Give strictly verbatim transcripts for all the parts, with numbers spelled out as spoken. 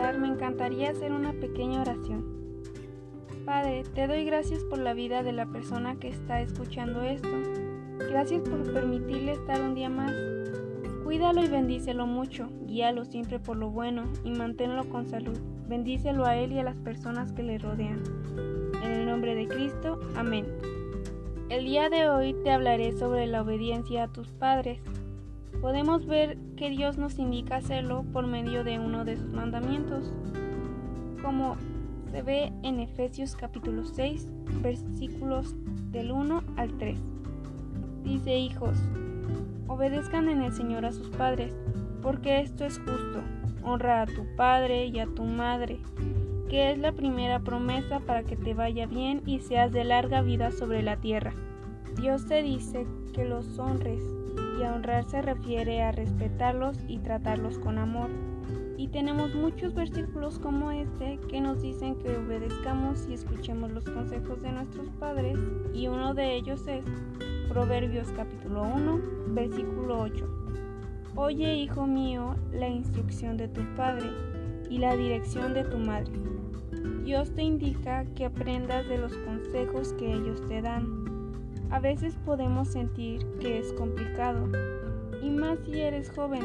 comenzar, me encantaría hacer una pequeña oración. Padre, te doy gracias por la vida de la persona que está escuchando esto. Gracias por permitirle estar un día más. Cuídalo y bendícelo mucho, guíalo siempre por lo bueno y manténlo con salud. Bendícelo a él y a las personas que le rodean. En el nombre de Cristo, amén. El día de hoy te hablaré sobre la obediencia a tus padres. Podemos ver que Dios nos indica hacerlo por medio de uno de sus mandamientos, como se ve en Efesios capítulo seis, versículos del uno al tres. Dice: hijos, obedezcan en el Señor a sus padres, porque esto es justo. Honra a tu padre y a tu madre, que es la primera promesa para que te vaya bien y seas de larga vida sobre la tierra. Dios te dice que los honres, y a honrar se refiere a respetarlos y tratarlos con amor. Y tenemos muchos versículos como este que nos dicen que obedezcamos y escuchemos los consejos de nuestros padres, y uno de ellos es Proverbios capítulo uno, versículo ocho. Oye, hijo mío, la instrucción de tu padre y la dirección de tu madre. Dios te indica que aprendas de los consejos que ellos te dan. A veces podemos sentir que es complicado, y más si eres joven.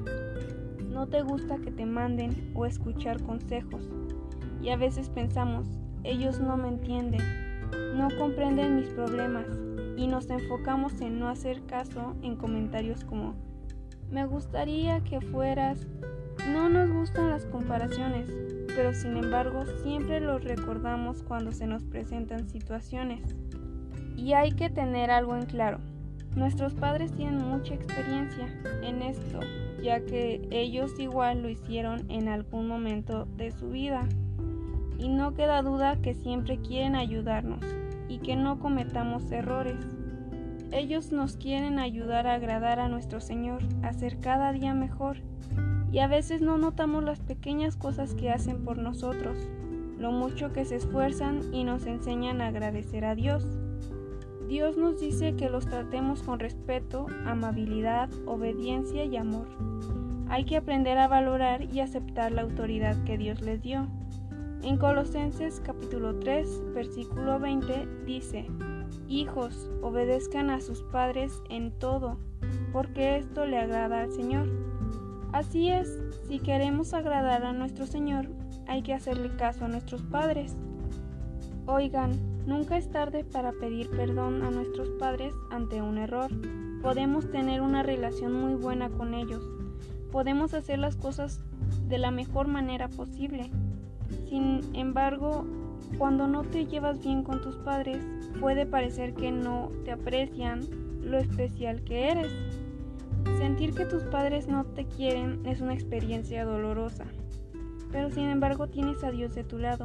No te gusta que te manden o escuchar consejos, y a veces pensamos, ellos no me entienden, no comprenden mis problemas, y nos enfocamos en no hacer caso en comentarios como, me gustaría que fueras. No nos gustan las comparaciones, pero sin embargo siempre los recordamos cuando se nos presentan situaciones. Y hay que tener algo en claro. Nuestros padres tienen mucha experiencia en esto, ya que ellos igual lo hicieron en algún momento de su vida. Y no queda duda que siempre quieren ayudarnos y que no cometamos errores. Ellos nos quieren ayudar a agradar a nuestro Señor, a ser cada día mejor. Y a veces no notamos las pequeñas cosas que hacen por nosotros, lo mucho que se esfuerzan y nos enseñan a agradecer a Dios. Dios nos dice que los tratemos con respeto, amabilidad, obediencia y amor. Hay que aprender a valorar y aceptar la autoridad que Dios les dio. En Colosenses capítulo tres, versículo veinte dice: hijos, obedezcan a sus padres en todo, porque esto le agrada al Señor. Así es, si queremos agradar a nuestro Señor, hay que hacerle caso a nuestros padres. Oigan, nunca es tarde para pedir perdón a nuestros padres ante un error. Podemos tener una relación muy buena con ellos. Podemos hacer las cosas de la mejor manera posible. Sin embargo, cuando no te llevas bien con tus padres, puede parecer que no te aprecian lo especial que eres. Sentir que tus padres no te quieren es una experiencia dolorosa, pero sin embargo tienes a Dios de tu lado.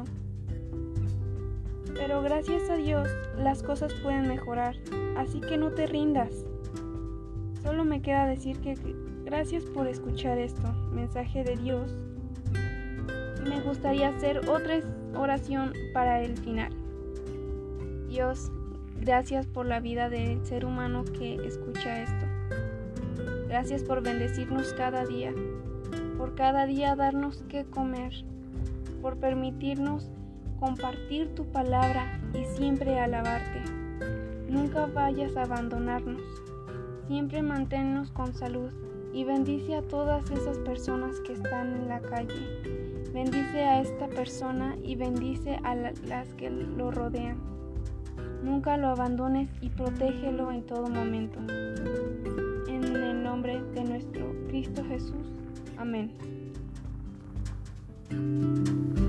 Pero gracias a Dios las cosas pueden mejorar, así que no te rindas. Solo me queda decir que gracias por escuchar esto, mensaje de Dios. Me gustaría hacer otra oración para el final. Dios, gracias por la vida del ser humano que escucha esto. Gracias por bendecirnos cada día, por cada día darnos qué comer, por permitirnos compartir tu palabra y siempre alabarte. Nunca vayas a abandonarnos, siempre manténnos con salud y bendice a todas esas personas que están en la calle. Bendice a esta persona y bendice a la- las que lo rodean. Nunca lo abandones y protégelo en todo momento. En el nombre de nuestro Cristo Jesús. Amén.